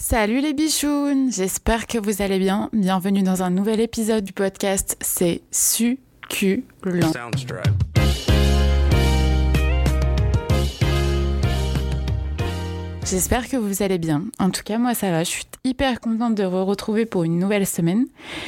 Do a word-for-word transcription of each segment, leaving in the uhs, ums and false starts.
Salut les bichounes, j'espère que vous allez bien. Bienvenue dans un nouvel épisode du podcast C'est succulent. J'espère que vous allez bien. En tout cas, moi ça va. Je suis hyper contente de vous retrouver pour une nouvelle semaine.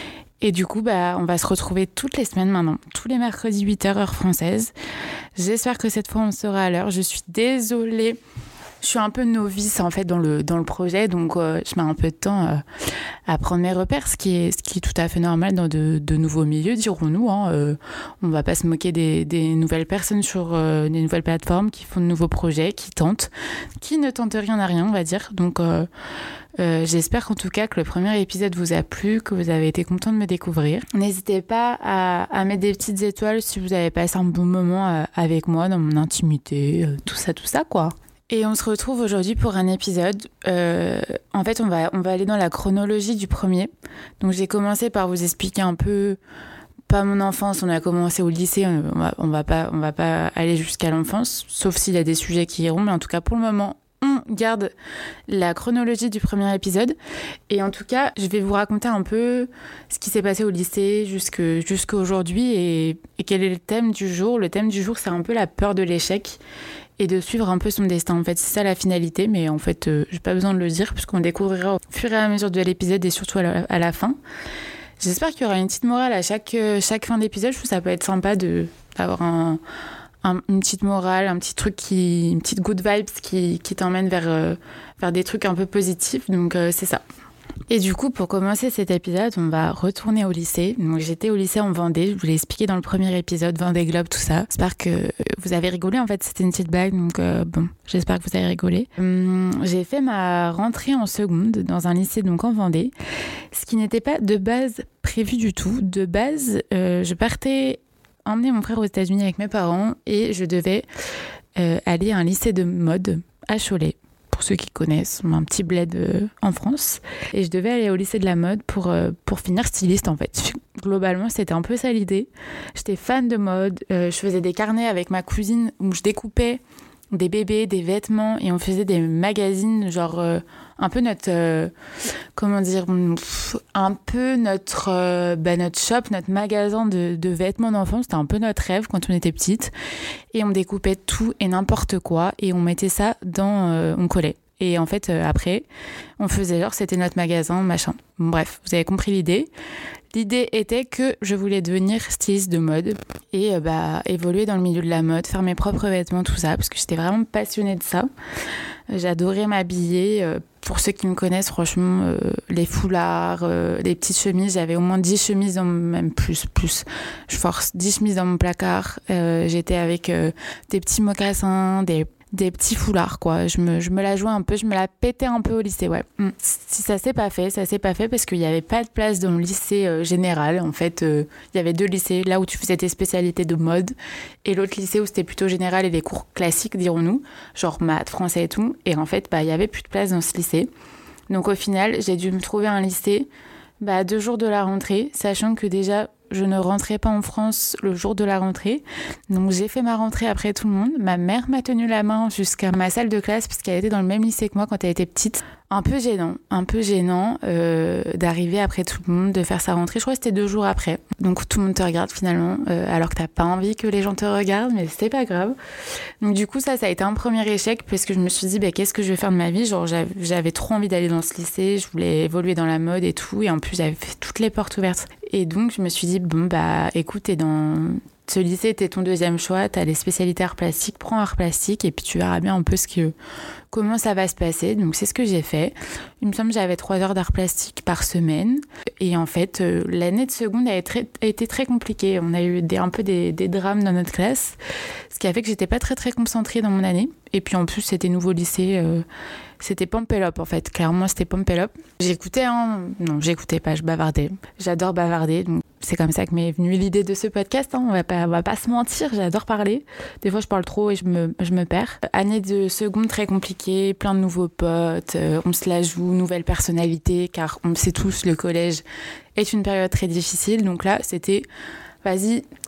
Et du coup, bah, on va se retrouver toutes les semaines maintenant, tous les mercredis huit heures heure française. J'espère que cette fois on sera à l'heure. Je suis désolée. Je suis un peu novice en fait dans le, dans le projet, donc euh, je mets un peu de temps euh, à prendre mes repères, ce qui est, ce qui est tout à fait normal dans de, de nouveaux milieux, dirons-nous. Hein. Euh, on ne va pas se moquer des, des nouvelles personnes sur euh, des nouvelles plateformes qui font de nouveaux projets, qui tentent, qui ne tentent rien à rien, on va dire. Donc euh, euh, j'espère en tout cas que le premier épisode vous a plu, que vous avez été content de me découvrir. N'hésitez pas à, à mettre des petites étoiles si vous avez passé un bon moment euh, avec moi dans mon intimité, euh, tout ça, tout ça quoi. Et on se retrouve aujourd'hui pour un épisode. Euh, en fait, on va, on va aller dans la chronologie du premier. Donc, j'ai commencé par vous expliquer un peu, pas mon enfance, on a commencé au lycée, on va, on va pas, on va pas aller jusqu'à l'enfance, sauf s'il y a des sujets qui iront, mais en tout cas, pour le moment, on garde la chronologie du premier épisode. Et en tout cas, je vais vous raconter un peu ce qui s'est passé au lycée jusque, jusqu'à aujourd'hui et, et quel est le thème du jour. Le thème du jour, c'est un peu la peur de l'échec et de suivre un peu son destin. En fait, c'est ça la finalité, mais en fait, euh, j'ai pas besoin de le dire puisqu'on découvrira au fur et à mesure de l'épisode et surtout à la, à la fin. J'espère qu'il y aura une petite morale à chaque, euh, chaque fin d'épisode. Je trouve que ça peut être sympa de, d'avoir un, un, une petite morale, un petit truc, qui, une petite good vibes qui, qui t'emmène vers, euh, vers des trucs un peu positifs. Donc, euh, c'est ça. Et du coup, pour commencer cet épisode, on va retourner au lycée. Donc, j'étais au lycée en Vendée. Je vous l'ai expliqué dans le premier épisode, Vendée Globe, tout ça. J'espère que vous avez rigolé. En fait, c'était une petite blague. Donc, euh, bon, j'espère que vous avez rigolé. Hum, j'ai fait ma rentrée en seconde dans un lycée donc en Vendée. Ce qui n'était pas de base prévu du tout. De base, euh, je partais emmener mon frère aux États-Unis avec mes parents et je devais euh, aller à un lycée de mode à Cholet. Pour ceux qui connaissent, un petit bled euh, en France. Et je devais aller au lycée de la mode pour, euh, pour finir styliste, en fait. Globalement, c'était un peu ça l'idée. J'étais fan de mode. Euh, je faisais des carnets avec ma cousine où je découpais des bébés, des vêtements, et on faisait des magazines, genre euh, un peu notre... Euh, comment dire pff, un peu notre, euh, bah, notre shop, notre magasin de, de vêtements d'enfants. C'était un peu notre rêve quand on était petite. Et on découpait tout et n'importe quoi, et on mettait ça dans... Euh, on collait. Et en fait, euh, après, on faisait genre, c'était notre magasin, machin. Bref, vous avez compris l'idée. L'idée était que je voulais devenir styliste de mode et euh, bah, évoluer dans le milieu de la mode, faire mes propres vêtements, tout ça, parce que j'étais vraiment passionnée de ça. J'adorais m'habiller. Euh, pour ceux qui me connaissent, franchement, euh, les foulards, euh, les petites chemises, j'avais au moins dix chemises, dans, même plus, plus. Je force dix chemises dans mon placard. Euh, j'étais avec euh, des petits mocassins, des des petits foulards, quoi. Je me, je me la jouais un peu, je me la pétais un peu au lycée, ouais. Mm. Si ça s'est pas fait, ça s'est pas fait parce qu'il y avait pas de place dans le lycée euh, général. En fait, euh, il y avait deux lycées, là où tu faisais tes spécialités de mode et l'autre lycée où c'était plutôt général et des cours classiques, dirons-nous, genre maths, français et tout. Et en fait, bah, il y avait plus de place dans ce lycée. Donc au final, j'ai dû me trouver un lycée bah, deux jours de la rentrée, sachant que déjà, je ne rentrais pas en France le jour de la rentrée. Donc, j'ai fait ma rentrée après tout le monde. Ma mère m'a tenu la main jusqu'à ma salle de classe puisqu'elle était dans le même lycée que moi quand elle était petite. Un peu gênant, un peu gênant euh, d'arriver après tout le monde, de faire sa rentrée. Je crois que c'était deux jours après. Donc, tout le monde te regarde finalement, euh, alors que t'as pas envie que les gens te regardent, mais c'était pas grave. Donc, du coup, ça, ça a été un premier échec parce que je me suis dit, bah, qu'est-ce que je vais faire de ma vie ? Genre, j'avais, j'avais trop envie d'aller dans ce lycée, je voulais évoluer dans la mode et tout. Et en plus, j'avais fait toutes les portes ouvertes. Et donc, je me suis dit, bon, bah, écoute, t'es dans... Ce lycée, t'es ton deuxième choix, t'as les spécialités arts plastiques, prends arts plastiques et puis tu verras bien un peu ce que, comment ça va se passer. Donc, c'est ce que j'ai fait. Il me semble que j'avais trois heures d'arts plastiques par semaine. Et en fait, euh, l'année de seconde a été, a été très compliquée. On a eu des, un peu des, des drames dans notre classe, ce qui a fait que j'étais pas très, très concentrée dans mon année. Et puis, en plus, c'était nouveau lycée... Euh, C'était pump it up en fait, clairement c'était pump it up. J'écoutais, hein... non j'écoutais pas, je bavardais. J'adore bavarder, donc c'est comme ça que m'est venue l'idée de ce podcast, hein. on, va pas, on va pas se mentir, j'adore parler. Des fois je parle trop et je me, je me perds. Année de seconde très compliquée, plein de nouveaux potes, euh, on se la joue, nouvelle personnalité, car on le sait tous, le collège est une période très difficile. Donc là c'était, vas-y,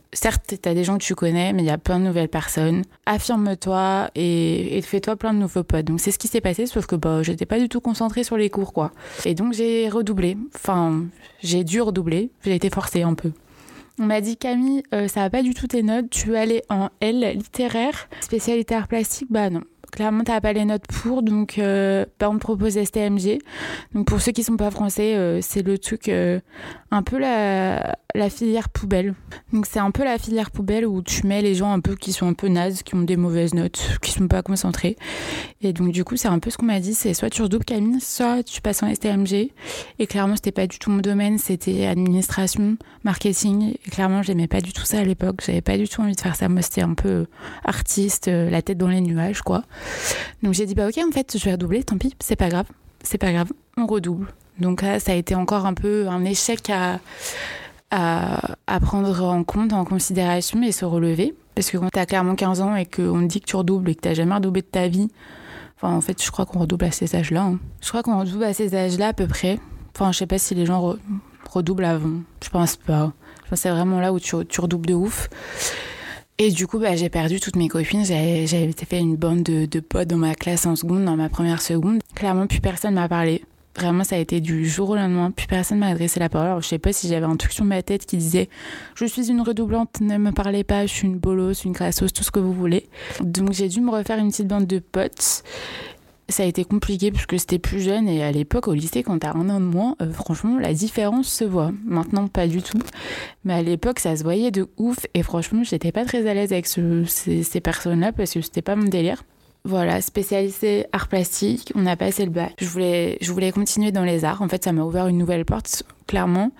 certes, t'as des gens que tu connais, mais il y a plein de nouvelles personnes. Affirme-toi et, et fais-toi plein de nouveaux potes. Donc c'est ce qui s'est passé, sauf que bah, j'étais pas du tout concentrée sur les cours, quoi. Et donc j'ai redoublé. Enfin, j'ai dû redoubler. J'ai été forcée un peu. On m'a dit, Camille, euh, ça va pas du tout tes notes. Tu es allée en L, littéraire, spécialité art plastique. Bah non. Clairement, t'as pas les notes pour, donc euh, bah, on te propose S T M G. Donc pour ceux qui sont pas français, euh, c'est le truc, euh, un peu la, la filière poubelle. Donc c'est un peu la filière poubelle où tu mets les gens un peu qui sont un peu nazes, qui ont des mauvaises notes, qui sont pas concentrés. Et donc du coup, c'est un peu ce qu'on m'a dit, c'est soit tu redoubles Camille, soit tu passes en S T M G. Et clairement, c'était pas du tout mon domaine, c'était administration, marketing. Et clairement, j'aimais pas du tout ça à l'époque, j'avais pas du tout envie de faire ça. Moi, c'était un peu artiste, euh, la tête dans les nuages, quoi. Donc j'ai dit bah ok, en fait je vais redoubler, tant pis, c'est pas grave, c'est pas grave, on redouble. Donc là ça a été encore un peu un échec à, à, à prendre en compte, en considération et se relever. Parce que quand t'as clairement quinze ans et qu'on te dit que tu redoubles et que t'as jamais redoublé de ta vie, enfin en fait je crois qu'on redouble à ces âges-là. Hein. Je crois qu'on redouble à ces âges-là à peu près. Enfin je sais pas si les gens re- redoublent avant, je pense pas. Je pense que c'est vraiment là où tu, tu redoubles de ouf. Et du coup, bah, j'ai perdu toutes mes copines. J'avais, j'avais fait une bande de, de potes dans ma classe en seconde, dans ma première seconde. Clairement, plus personne m'a parlé. Vraiment, ça a été du jour au lendemain. Plus personne m'a adressé la parole. Alors, je sais pas si j'avais un truc sur ma tête qui disait « Je suis une redoublante, ne me parlez pas, je suis une bolosse, une crasseuse, tout ce que vous voulez. » Donc, j'ai dû me refaire une petite bande de potes. Ça a été compliqué parce que c'était plus jeune et à l'époque au lycée quand t'as un an de moins, euh, franchement la différence se voit. Maintenant pas du tout, mais à l'époque ça se voyait de ouf et franchement j'étais pas très à l'aise avec ce, ces, ces personnes-là parce que c'était pas mon délire. Voilà, spécialisée art plastique, on a passé le bac. Je voulais, je voulais continuer dans les arts. En fait, ça m'a ouvert une nouvelle porte, clairement.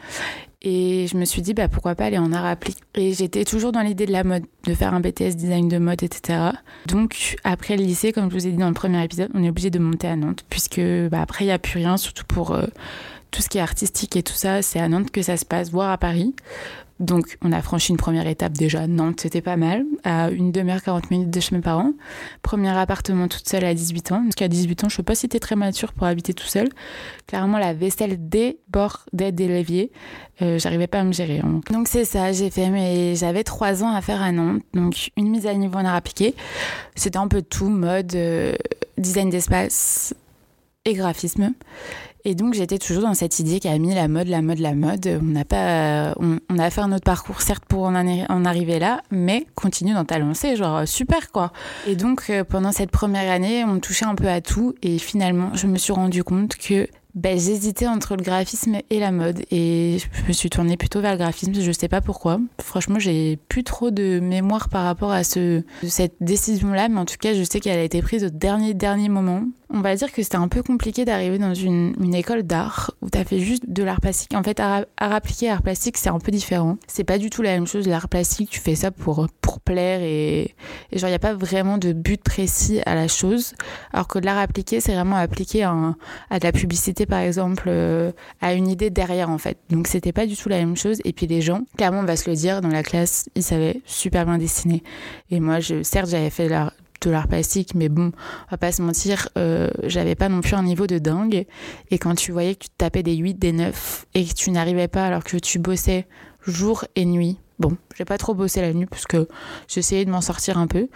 Et je me suis dit, bah, pourquoi pas aller en art appliqué. Et j'étais toujours dans l'idée de la mode, de faire un B T S design de mode, et cetera. Donc, après le lycée, comme je vous ai dit dans le premier épisode, on est obligé de monter à Nantes, puisque bah, après, il n'y a plus rien, surtout pour euh, tout ce qui est artistique et tout ça. C'est à Nantes que ça se passe, voire à Paris. Donc, on a franchi une première étape déjà. Nantes, c'était pas mal. À une demi-heure, quarante minutes de chez mes parents. Premier appartement toute seule à dix-huit ans. Parce qu'à dix-huit ans, je sais pas si t'es très mature pour habiter tout seul. Clairement, la vaisselle débordait des leviers. Euh, j'arrivais pas à me gérer. Hein. Donc, c'est ça. J'ai fait, mais j'avais trois ans à faire à Nantes. Donc, une mise à niveau en art appliqué. C'était un peu tout. Mode, euh, design d'espace et graphisme. Et donc, j'étais toujours dans cette idée qu'a mis la mode, la mode, la mode. On n'a pas, on, on a fait un autre parcours, certes, pour en, en arriver là, mais continue dans ta lancée, genre, super, quoi. Et donc, euh, pendant cette première année, on touchait un peu à tout. Et finalement, je me suis rendu compte que ben, j'hésitais entre le graphisme et la mode. Et je me suis tournée plutôt vers le graphisme, je sais pas pourquoi. Franchement, j'ai plus trop de mémoire par rapport à ce, cette décision-là, mais en tout cas, je sais qu'elle a été prise au dernier, dernier moment. On va dire que c'était un peu compliqué d'arriver dans une, une école d'art où t'as fait juste de l'art plastique. En fait, art, art appliqué et art plastique, c'est un peu différent. C'est pas du tout la même chose. L'art plastique, tu fais ça pour, pour plaire et, et genre, il n'y a pas vraiment de but précis à la chose. Alors que l'art appliqué, c'est vraiment appliqué à, un, à de la publicité, par exemple, euh, à une idée derrière, en fait. Donc, c'était pas du tout la même chose. Et puis, les gens, clairement, on va se le dire, dans la classe, ils savaient super bien dessiner. Et moi, je, certes, j'avais fait l'art de l'art plastique, mais bon, on va pas se mentir, euh, j'avais pas non plus un niveau de dingue. Et quand tu voyais que tu te tapais des huit, des neuf et que tu n'arrivais pas alors que tu bossais jour et nuit, bon, j'ai pas trop bossé la nuit parce que j'essayais de m'en sortir un peu,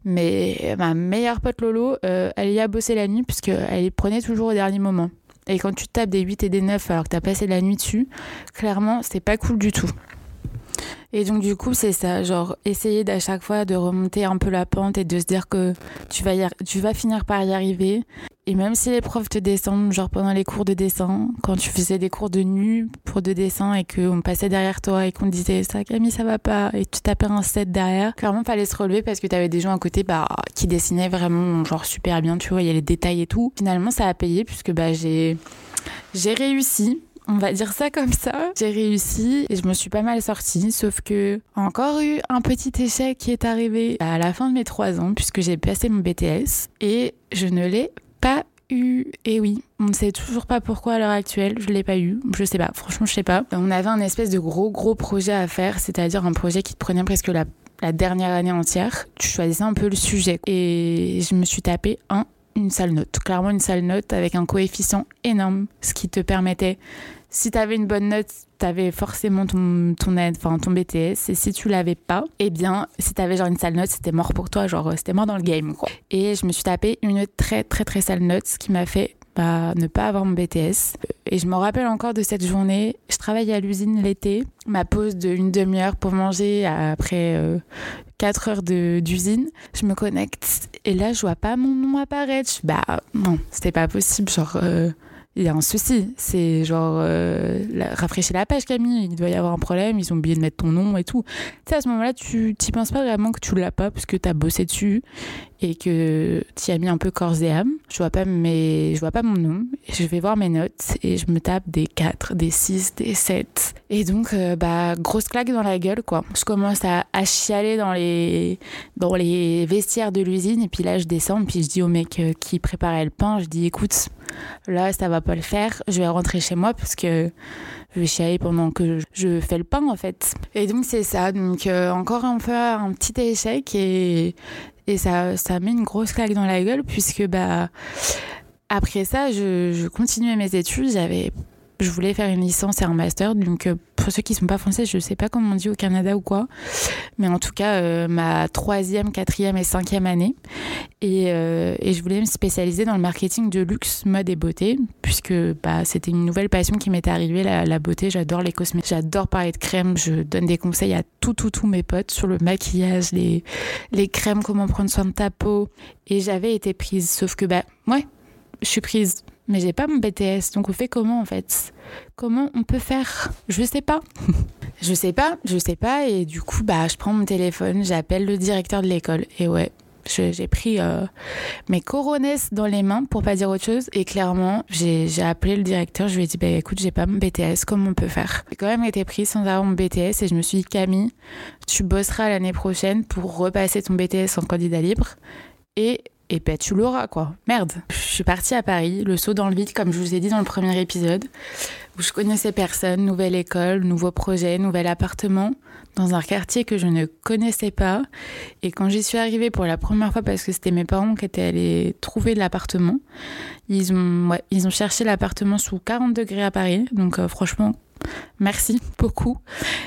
mais ma meilleure pote Lolo, euh, elle y a bossé la nuit parce qu'elle y prenait toujours au dernier moment. Et quand tu te tapes des huit et des neuf alors que t'as passé la nuit dessus, clairement, c'est pas cool du tout. Et donc du coup c'est ça, genre essayer d'à chaque fois de remonter un peu la pente et de se dire que tu vas, y ar- tu vas finir par y arriver. Et même si les profs te descendent, genre pendant les cours de dessin, quand tu faisais des cours de nu pour de dessin et qu'on passait derrière toi et qu'on te disait ça Camille ça va pas et tu tapais un sept derrière, clairement fallait se relever parce que t'avais des gens à côté bah, qui dessinaient vraiment genre super bien, tu vois, il y a les détails et tout. Finalement ça a payé puisque bah, j'ai, j'ai réussi. On va dire ça comme ça. J'ai réussi et je me suis pas mal sortie, sauf que encore eu un petit échec qui est arrivé à la fin de mes trois ans, puisque j'ai passé mon B T S et je ne l'ai pas eu. Et oui, on ne sait toujours pas pourquoi à l'heure actuelle, je l'ai pas eu. Je sais pas, franchement je sais pas. On avait un espèce de gros gros projet à faire, c'est-à-dire un projet qui te prenait presque la, la dernière année entière. Tu choisissais un peu le sujet et je me suis tapé un une sale note, clairement une sale note avec un coefficient énorme, ce qui te permettait, si tu avais une bonne note, tu avais forcément ton, ton, aide, enfin, ton B T S, et si tu l'avais pas, eh bien, si tu avais genre une sale note, c'était mort pour toi, genre c'était mort dans le game, quoi. Et je me suis tapé une très très très sale note, ce qui m'a fait bah, ne pas avoir mon B T S. Et je me rappelle encore de cette journée, je travaillais à l'usine l'été, ma pause d'une demi-heure pour manger après euh, quatre heures de, d'usine, je me connecte, et là, je vois pas mon nom apparaître. Je, bah non, c'était pas possible, genre... Euh, il y a un souci, c'est genre euh, la, rafraîchis la page Camille, il doit y avoir un problème, ils ont oublié de mettre ton nom et tout. Tu sais, à ce moment-là, tu t'y penses pas vraiment que tu l'as pas parce que t'as bossé dessus et que t'y as mis un peu corps et âme. Je vois pas mes, je vois pas mon nom, je vais voir mes notes et je me tape des quatre, des six, des sept. Et donc, euh, bah, grosse claque dans la gueule, quoi. Je commence à, à chialer dans les, dans les vestiaires de l'usine et puis là, je descends et puis je dis au mec euh, qui préparait le pain, je dis écoute, là, ça va pas le faire, je vais rentrer chez moi parce que je vais chialer pendant que je fais le pain, en fait. Et donc, c'est ça. Donc, euh, encore un peu un petit échec et, et ça, ça met une grosse claque dans la gueule puisque, bah, après ça, je, je continuais mes études. J'avais, je voulais faire une licence et un master. Donc, euh, pour ceux qui sont pas français, je sais pas comment on dit au Canada ou quoi. Mais en tout cas, euh, ma troisième, quatrième et cinquième année. Et, euh, et je voulais me spécialiser dans le marketing de luxe, mode et beauté, puisque bah, c'était une nouvelle passion qui m'était arrivée, la, la beauté. J'adore les cosmétiques, j'adore parler de crème. Je donne des conseils à tout, tout, tous mes potes sur le maquillage, les, les crèmes, comment prendre soin de ta peau. Et j'avais été prise, sauf que, bah, ouais, je suis prise. Mais j'ai pas mon B T S, donc on fait comment en fait ? Comment on peut faire ? Je sais pas. je sais pas, je sais pas, et du coup, bah, je prends mon téléphone, j'appelle le directeur de l'école, et ouais, je, j'ai pris euh, mes coronesses dans les mains, pour pas dire autre chose, et clairement, j'ai, j'ai appelé le directeur, je lui ai dit, bah écoute, j'ai pas mon B T S, comment on peut faire ? J'ai quand même été prise sans avoir mon B T S, et je me suis dit, Camille, tu bosseras l'année prochaine pour repasser ton B T S en candidat libre, et... Et ben tu l'auras, quoi. Merde. Je suis partie à Paris, le saut dans le vide, comme je vous ai dit dans le premier épisode, où je connaissais personne, nouvelle école, nouveau projet, nouvel appartement, dans un quartier que je ne connaissais pas. Et quand j'y suis arrivée pour la première fois, parce que c'était mes parents qui étaient allés trouver l'appartement, ils ont, ouais, ils ont cherché l'appartement sous quarante degrés à Paris. Donc euh, franchement... Merci beaucoup.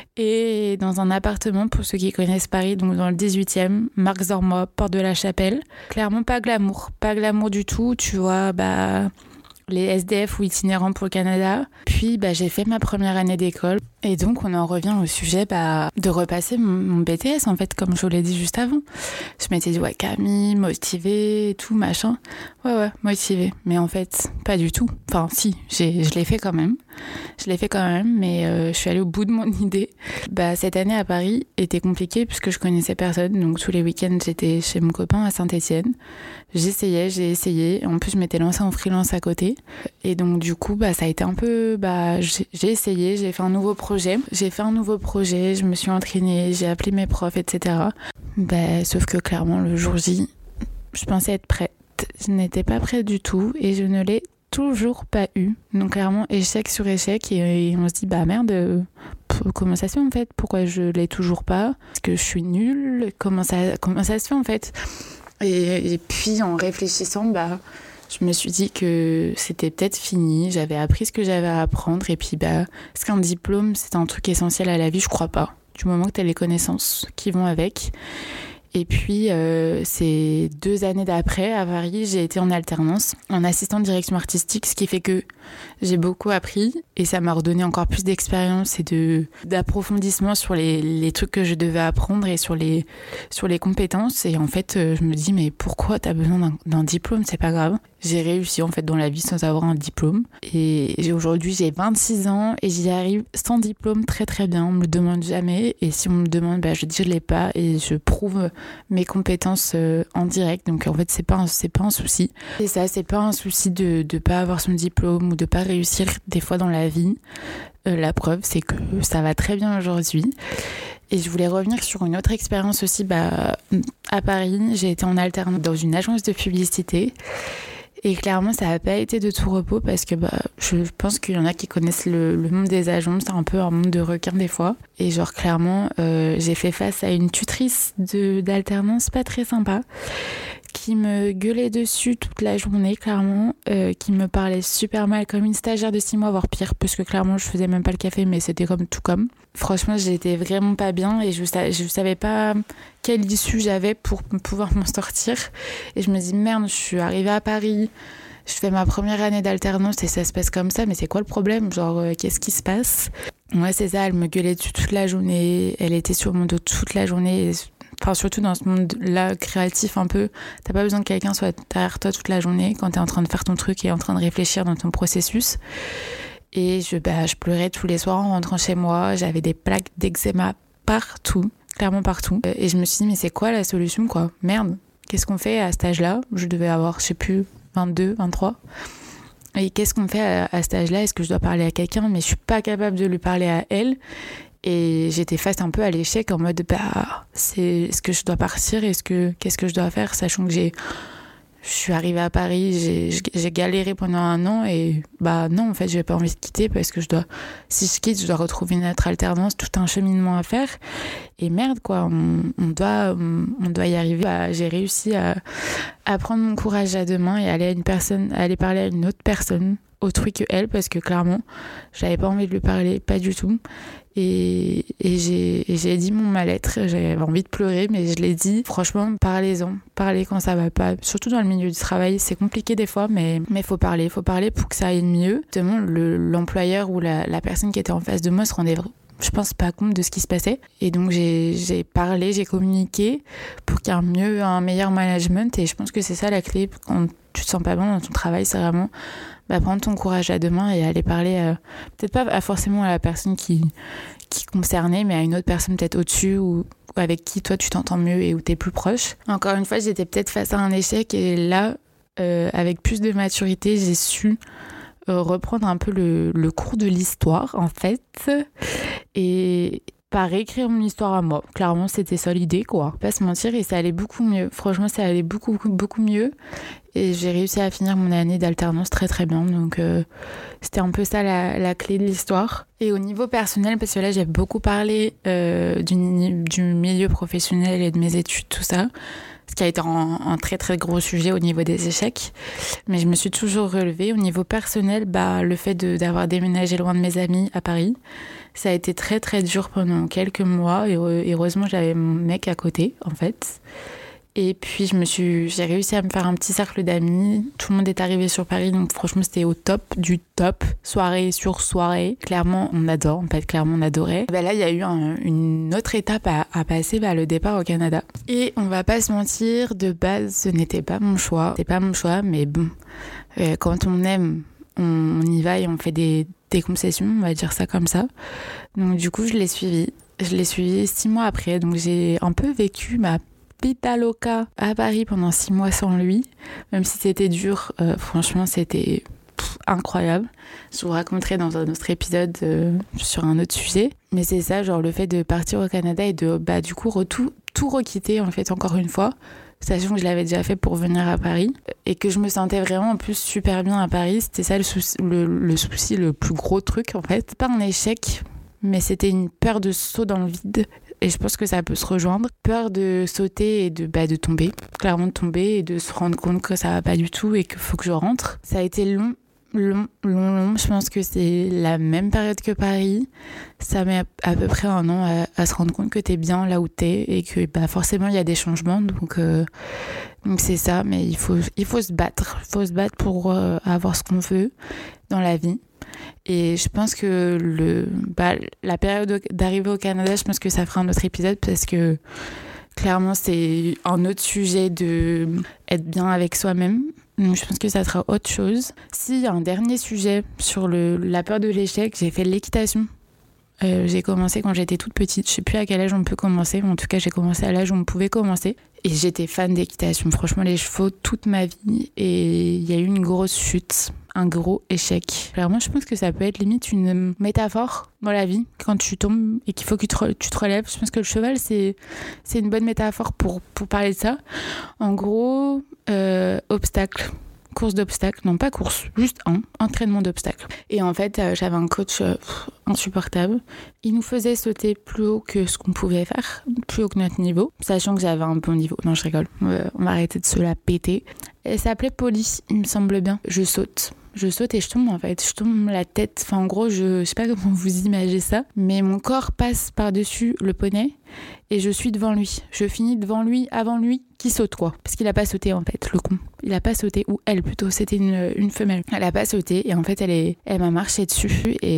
Et dans un appartement, pour ceux qui connaissent Paris, donc dans le dix-huitième, Marc Zormois, Porte de la Chapelle. Clairement pas glamour, pas glamour du tout. Tu vois, bah, les S D F ou itinérants pour le Canada. Puis bah, j'ai fait ma première année d'école. Et donc on en revient au sujet bah, de repasser mon, mon B T S, en fait, comme je vous l'ai dit juste avant. Je m'étais dit, ouais, Camille, motivée et tout, machin. Ouais, ouais, motivée. Mais en fait, pas du tout. Enfin, si, j'ai, je l'ai fait quand même. Je l'ai fait quand même, mais euh, je suis allée au bout de mon idée. Bah, cette année à Paris était compliquée puisque je connaissais personne. Donc tous les week-ends, j'étais chez mon copain à Saint-Étienne. J'essayais, j'ai essayé. En plus, je m'étais lancée en freelance à côté. Et donc du coup, bah, ça a été un peu... Bah, j'ai, j'ai essayé, j'ai fait un nouveau projet. J'ai fait un nouveau projet, je me suis entraînée, j'ai appelé mes profs, et cetera. Bah, sauf que clairement, le jour J, je pensais être prête. Je n'étais pas prête du tout et je ne l'ai toujours pas eu. Donc clairement, échec sur échec et, et on se dit, bah merde, comment ça se fait en fait ? Pourquoi je l'ai toujours pas ? Est-ce que je suis nulle ? Comment ça, comment ça se fait en fait ? et, et puis en réfléchissant, bah... je me suis dit que c'était peut-être fini, j'avais appris ce que j'avais à apprendre et puis bah, est-ce qu'un diplôme c'est un truc essentiel à la vie ? Je crois pas, du moment que tu as les connaissances qui vont avec. Et puis euh, ces deux années d'après à Paris, j'ai été en alternance en assistant de direction artistique, ce qui fait que j'ai beaucoup appris et ça m'a redonné encore plus d'expérience et de, d'approfondissement sur les, les trucs que je devais apprendre et sur les, sur les compétences. Et en fait, euh, je me dis, mais pourquoi t'as besoin d'un, d'un diplôme ? C'est pas grave. J'ai réussi en fait dans la vie sans avoir un diplôme. Et aujourd'hui, j'ai vingt-six ans et j'y arrive sans diplôme très très bien. On me le demande jamais. Et si on me demande, bah, je dis je l'ai pas et je prouve mes compétences euh, en direct. Donc en fait, c'est pas un, c'est pas un souci. C'est ça, c'est pas un souci de de pas avoir son diplôme ou de pas réussir des fois dans la vie. Euh, la preuve, c'est que ça va très bien aujourd'hui. Et je voulais revenir sur une autre expérience aussi. Bah, à Paris, j'ai été en alternance dans une agence de publicité. Et clairement, ça n'a pas été de tout repos parce que bah, je pense qu'il y en a qui connaissent le, le monde des agences. C'est un peu un monde de requins des fois. Et genre, clairement, euh, j'ai fait face à une tutrice de, d'alternance pas très sympa qui me gueulait dessus toute la journée, clairement, euh, qui me parlait super mal, comme une stagiaire de six mois, voire pire, parce que clairement, je faisais même pas le café, mais c'était comme tout comme. Franchement, j'étais vraiment pas bien et je, je savais pas quelle issue j'avais pour pouvoir m'en sortir. Et je me dis, merde, je suis arrivée à Paris, je fais ma première année d'alternance et ça se passe comme ça, mais c'est quoi le problème ? Genre, euh, qu'est-ce qui se passe ? Ouais, c'est ça, elle me gueulait dessus toute la journée, elle était sur mon dos toute la journée. Et enfin, surtout dans ce monde-là créatif un peu, t'as pas besoin que quelqu'un soit derrière toi toute la journée quand t'es en train de faire ton truc et en train de réfléchir dans ton processus. Et je, bah, je pleurais tous les soirs en rentrant chez moi, j'avais des plaques d'eczéma partout, clairement partout. Et je me suis dit, mais c'est quoi la solution, quoi ? Merde, qu'est-ce qu'on fait à cet âge-là ? Je devais avoir, je sais plus, vingt-deux, vingt-trois. Et qu'est-ce qu'on fait à, à cet âge-là ? Est-ce que je dois parler à quelqu'un ? Mais je suis pas capable de lui parler à elle. Et j'étais face un peu à l'échec en mode, bah, c'est, est-ce que je dois partir ? Est-ce que, qu'est-ce que je dois faire ? Sachant que j'ai, je suis arrivée à Paris, j'ai, j'ai galéré pendant un an et bah non, en fait, j'ai pas envie de quitter parce que je dois, si je quitte, je dois retrouver une autre alternance, tout un cheminement à faire. Et merde, quoi, on, on doit, on, on doit y arriver. Bah, j'ai réussi à, à prendre mon courage à deux mains et aller à une personne, aller parler à une autre personne, autrui que elle, parce que clairement, j'avais pas envie de lui parler, pas du tout. Et, et, j'ai, et j'ai dit mon mal-être, j'avais envie de pleurer, mais je l'ai dit. Franchement, parlez-en, parlez quand ça va pas. Surtout dans le milieu du travail, c'est compliqué des fois, mais mais faut parler, faut parler pour que ça aille mieux. Justement, le, l'employeur ou la, la personne qui était en face de moi se rendait, je pense, pas compte de ce qui se passait. Et donc j'ai, j'ai parlé, j'ai communiqué pour qu'il y ait un mieux, un meilleur management. Et je pense que c'est ça la clé quand tu te sens pas bien dans ton travail, c'est vraiment bah, prendre ton courage à deux mains et aller parler, euh, peut-être pas à forcément à la personne qui, qui est concernée, mais à une autre personne peut-être au-dessus ou avec qui toi tu t'entends mieux et où t'es plus proche. Encore une fois, j'étais peut-être face à un échec et là, euh, avec plus de maturité, j'ai su euh, reprendre un peu le, le cours de l'histoire, en fait, et pas réécrire mon histoire à moi. Clairement, c'était ça l'idée, quoi. Pas se mentir, et ça allait beaucoup mieux. Franchement, ça allait beaucoup, beaucoup, beaucoup mieux. Et j'ai réussi à finir mon année d'alternance très, très bien. Donc, euh, c'était un peu ça la, la clé de l'histoire. Et au niveau personnel, parce que là, j'ai beaucoup parlé euh, du, du milieu professionnel et de mes études, tout ça. Ce qui a été un, un très, très gros sujet au niveau des échecs. Mais je me suis toujours relevée. Au niveau personnel, bah, le fait de, d'avoir déménagé loin de mes amis à Paris, ça a été très, très dur pendant quelques mois. Et heureusement, j'avais mon mec à côté, en fait. Et puis, je me suis, j'ai réussi à me faire un petit cercle d'amis. Tout le monde est arrivé sur Paris, donc franchement, c'était au top du top. Soirée sur soirée. Clairement, on adore. En fait, clairement, on adorait. Et ben là, il y a eu un, une autre étape à, à passer, bah, le départ au Canada. Et on va pas se mentir, de base, ce n'était pas mon choix. C'était pas mon choix, mais bon, euh, quand on aime, on, on y va et on fait des, des concessions, on va dire ça comme ça. Donc, du coup, je l'ai suivi. Je l'ai suivi six mois après. Donc, j'ai un peu vécu ma Pita Loca à Paris pendant six mois sans lui, même si c'était dur, euh, franchement c'était pff, incroyable. Je vous raconterai dans un autre épisode euh, sur un autre sujet, mais c'est ça, genre le fait de partir au Canada et de bah du coup re- tout, tout requitter en fait encore une fois, sachant que je l'avais déjà fait pour venir à Paris et que je me sentais vraiment en plus super bien à Paris. C'était ça le souci, le, le souci, le plus gros truc en fait. Pas un échec, mais c'était une peur de saut dans le vide. Et je pense que ça peut se rejoindre. Peur de sauter et de, bah, de tomber. Clairement de tomber et de se rendre compte que ça va pas du tout et qu'il faut que je rentre. Ça a été long, long, long, long. Je pense que c'est la même période que Paris. Ça met à peu près un an à, à se rendre compte que t'es bien là où t'es et que bah, forcément il y a des changements. Donc, euh, donc c'est ça, mais il faut, il faut se battre. Il faut se battre pour euh, avoir ce qu'on veut dans la vie. Et je pense que le, bah, la période d'arrivée au Canada, je pense que ça fera un autre épisode parce que clairement c'est un autre sujet de être bien avec soi-même. Donc je pense que ça sera autre chose. S'il y a un dernier sujet sur le, la peur de l'échec, j'ai fait l'équitation. Euh, j'ai commencé quand j'étais toute petite. Je sais plus à quel âge on peut commencer, mais en tout cas j'ai commencé à l'âge où on pouvait commencer. Et j'étais fan d'équitation. Franchement, les chevaux toute ma vie. Et il y a eu une grosse chute, un gros échec. Clairement, je pense que ça peut être limite une métaphore dans la vie. Quand tu tombes et qu'il faut que tu te, tu te relèves, je pense que le cheval, c'est, c'est une bonne métaphore pour, pour parler de ça. En gros, euh, obstacle. course d'obstacles, non pas course, juste un, entraînement d'obstacles. Et en fait, euh, j'avais un coach euh, insupportable. Il nous faisait sauter plus haut que ce qu'on pouvait faire, plus haut que notre niveau, sachant que j'avais un bon niveau. Non, je rigole, euh, on va arrêter de se la péter. Elle s'appelait Polly, il me semble bien. Je saute. Je saute et je tombe en fait, je tombe la tête, enfin en gros je, je sais pas comment vous imaginez ça, mais mon corps passe par-dessus le poney et je suis devant lui. Je finis devant lui, avant lui, qui saute quoi. Parce qu'il a pas sauté en fait, le con. Il a pas sauté, ou elle plutôt, c'était une, une femelle. Elle a pas sauté et en fait elle, est, elle m'a marché dessus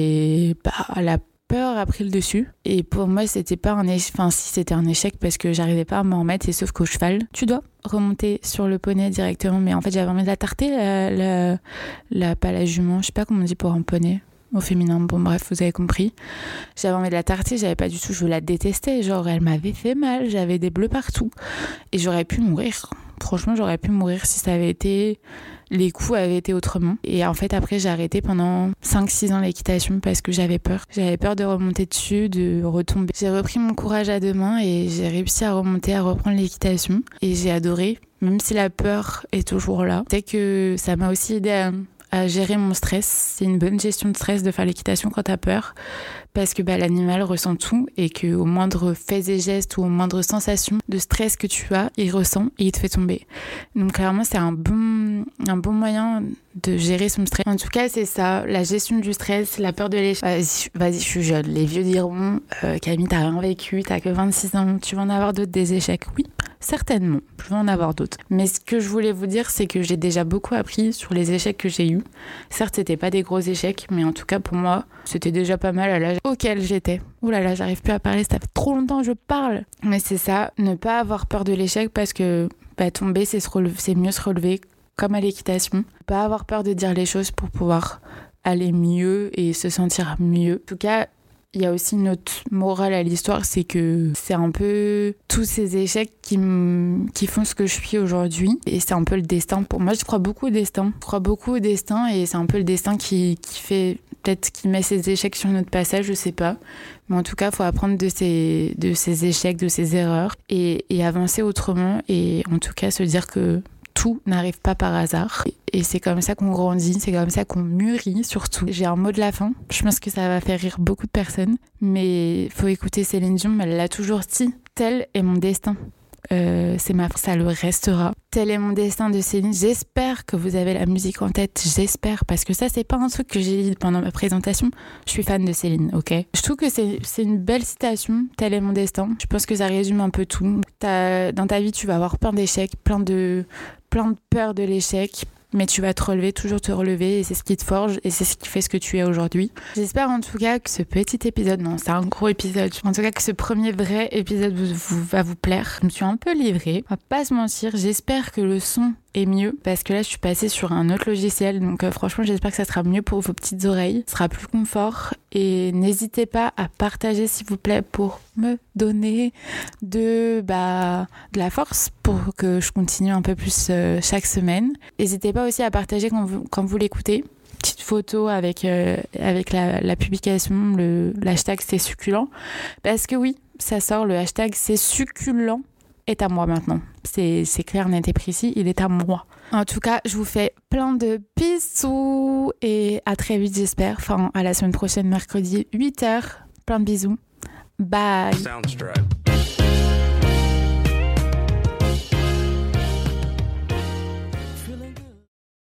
et bah elle a peur a pris le dessus. Et pour moi c'était pas un échec, enfin si c'était un échec parce que j'arrivais pas à m'en remettre, et sauf qu'au cheval, tu dois remonter sur le poney directement, mais en fait j'avais envie de la tarter, la, la, la, pas la jument, je sais pas comment on dit pour un poney au féminin, bon bref vous avez compris, j'avais envie de la tarter, j'avais pas du tout, je la détestais, genre elle m'avait fait mal, j'avais des bleus partout et j'aurais pu mourir, franchement j'aurais pu mourir si ça avait été, les coups avaient été autrement. Et en fait après j'ai arrêté pendant cinq six ans l'équitation parce que j'avais peur, j'avais peur de remonter dessus, de retomber. J'ai repris mon courage à deux mains et j'ai réussi à remonter, à reprendre l'équitation et j'ai adoré, même si la peur est toujours là. C'est que ça m'a aussi aidé à à gérer mon stress. C'est une bonne gestion de stress de faire l'équitation quand t'as peur, parce que bah, l'animal ressent tout et qu'au moindre fait et geste ou au moindre sensation de stress que tu as, il ressent et il te fait tomber. Donc clairement c'est un bon, un bon moyen de gérer son stress. En tout cas c'est ça, la gestion du stress, la peur de l'échec. Vas-y, vas-y je suis jeune, les vieux diront euh, Camille t'as rien vécu, t'as que vingt-six ans, tu vas en avoir d'autres des échecs. Oui, certainement, je vais en avoir d'autres. Mais ce que je voulais vous dire, c'est que j'ai déjà beaucoup appris sur les échecs que j'ai eus. Certes, c'était pas des gros échecs, mais en tout cas, pour moi, c'était déjà pas mal à l'âge auquel j'étais. Ouh là là, j'arrive plus à parler, ça fait trop longtemps que je parle. Mais c'est ça, ne pas avoir peur de l'échec, parce que bah, tomber, c'est, se relever, c'est mieux se relever, comme à l'équitation. Pas avoir peur de dire les choses pour pouvoir aller mieux et se sentir mieux. En tout cas, il y a aussi une autre morale à l'histoire, c'est que c'est un peu tous ces échecs qui, m... qui font ce que je suis aujourd'hui. Et c'est un peu le destin. Pour moi, je crois beaucoup au destin. Je crois beaucoup au destin et c'est un peu le destin qui, qui fait, peut-être qui met ces échecs sur notre passage, je sais pas. Mais en tout cas, il faut apprendre de ces, de ces échecs, de ces erreurs et, et avancer autrement. Et en tout cas, se dire que tout n'arrive pas par hasard. Et c'est comme ça qu'on grandit, c'est comme ça qu'on mûrit surtout. J'ai un mot de la fin, je pense que ça va faire rire beaucoup de personnes, mais faut écouter Céline Dion, elle l'a toujours dit. Tel est mon destin. Euh, c'est ma, ça le restera. Tel est mon destin de Céline. J'espère que vous avez la musique en tête, j'espère, parce que ça c'est pas un truc que j'ai dit pendant ma présentation. Je suis fan de Céline, ok. Je trouve que c'est, c'est une belle citation. Tel est mon destin. Je pense que ça résume un peu tout. T'as, dans ta vie, tu vas avoir plein d'échecs, plein de, plein de peur de l'échec. Mais tu vas te relever, toujours te relever, et c'est ce qui te forge, et c'est ce qui fait ce que tu es aujourd'hui. J'espère en tout cas que ce petit épisode, non, c'est un gros épisode, en tout cas que ce premier vrai épisode vous, vous, va vous plaire. Je me suis un peu livrée, on va pas se mentir, j'espère que le son est mieux, parce que là je suis passée sur un autre logiciel, donc euh, franchement j'espère que ça sera mieux pour vos petites oreilles, ce sera plus confort, et n'hésitez pas à partager s'il vous plaît pour me donner de, bah, de la force pour que je continue un peu plus euh, chaque semaine. N'hésitez pas aussi à partager quand vous, quand vous l'écoutez, petite photo avec, euh, avec la, la publication, le, l'hashtag c'est succulent, parce que oui, ça sort, le hashtag c'est succulent est à moi maintenant. C'est, c'est clair, net et précis, il est à moi. En tout cas, je vous fais plein de bisous et à très vite j'espère. Enfin, à la semaine prochaine, mercredi, huit heures. Plein de bisous. Bye. Soundstripe.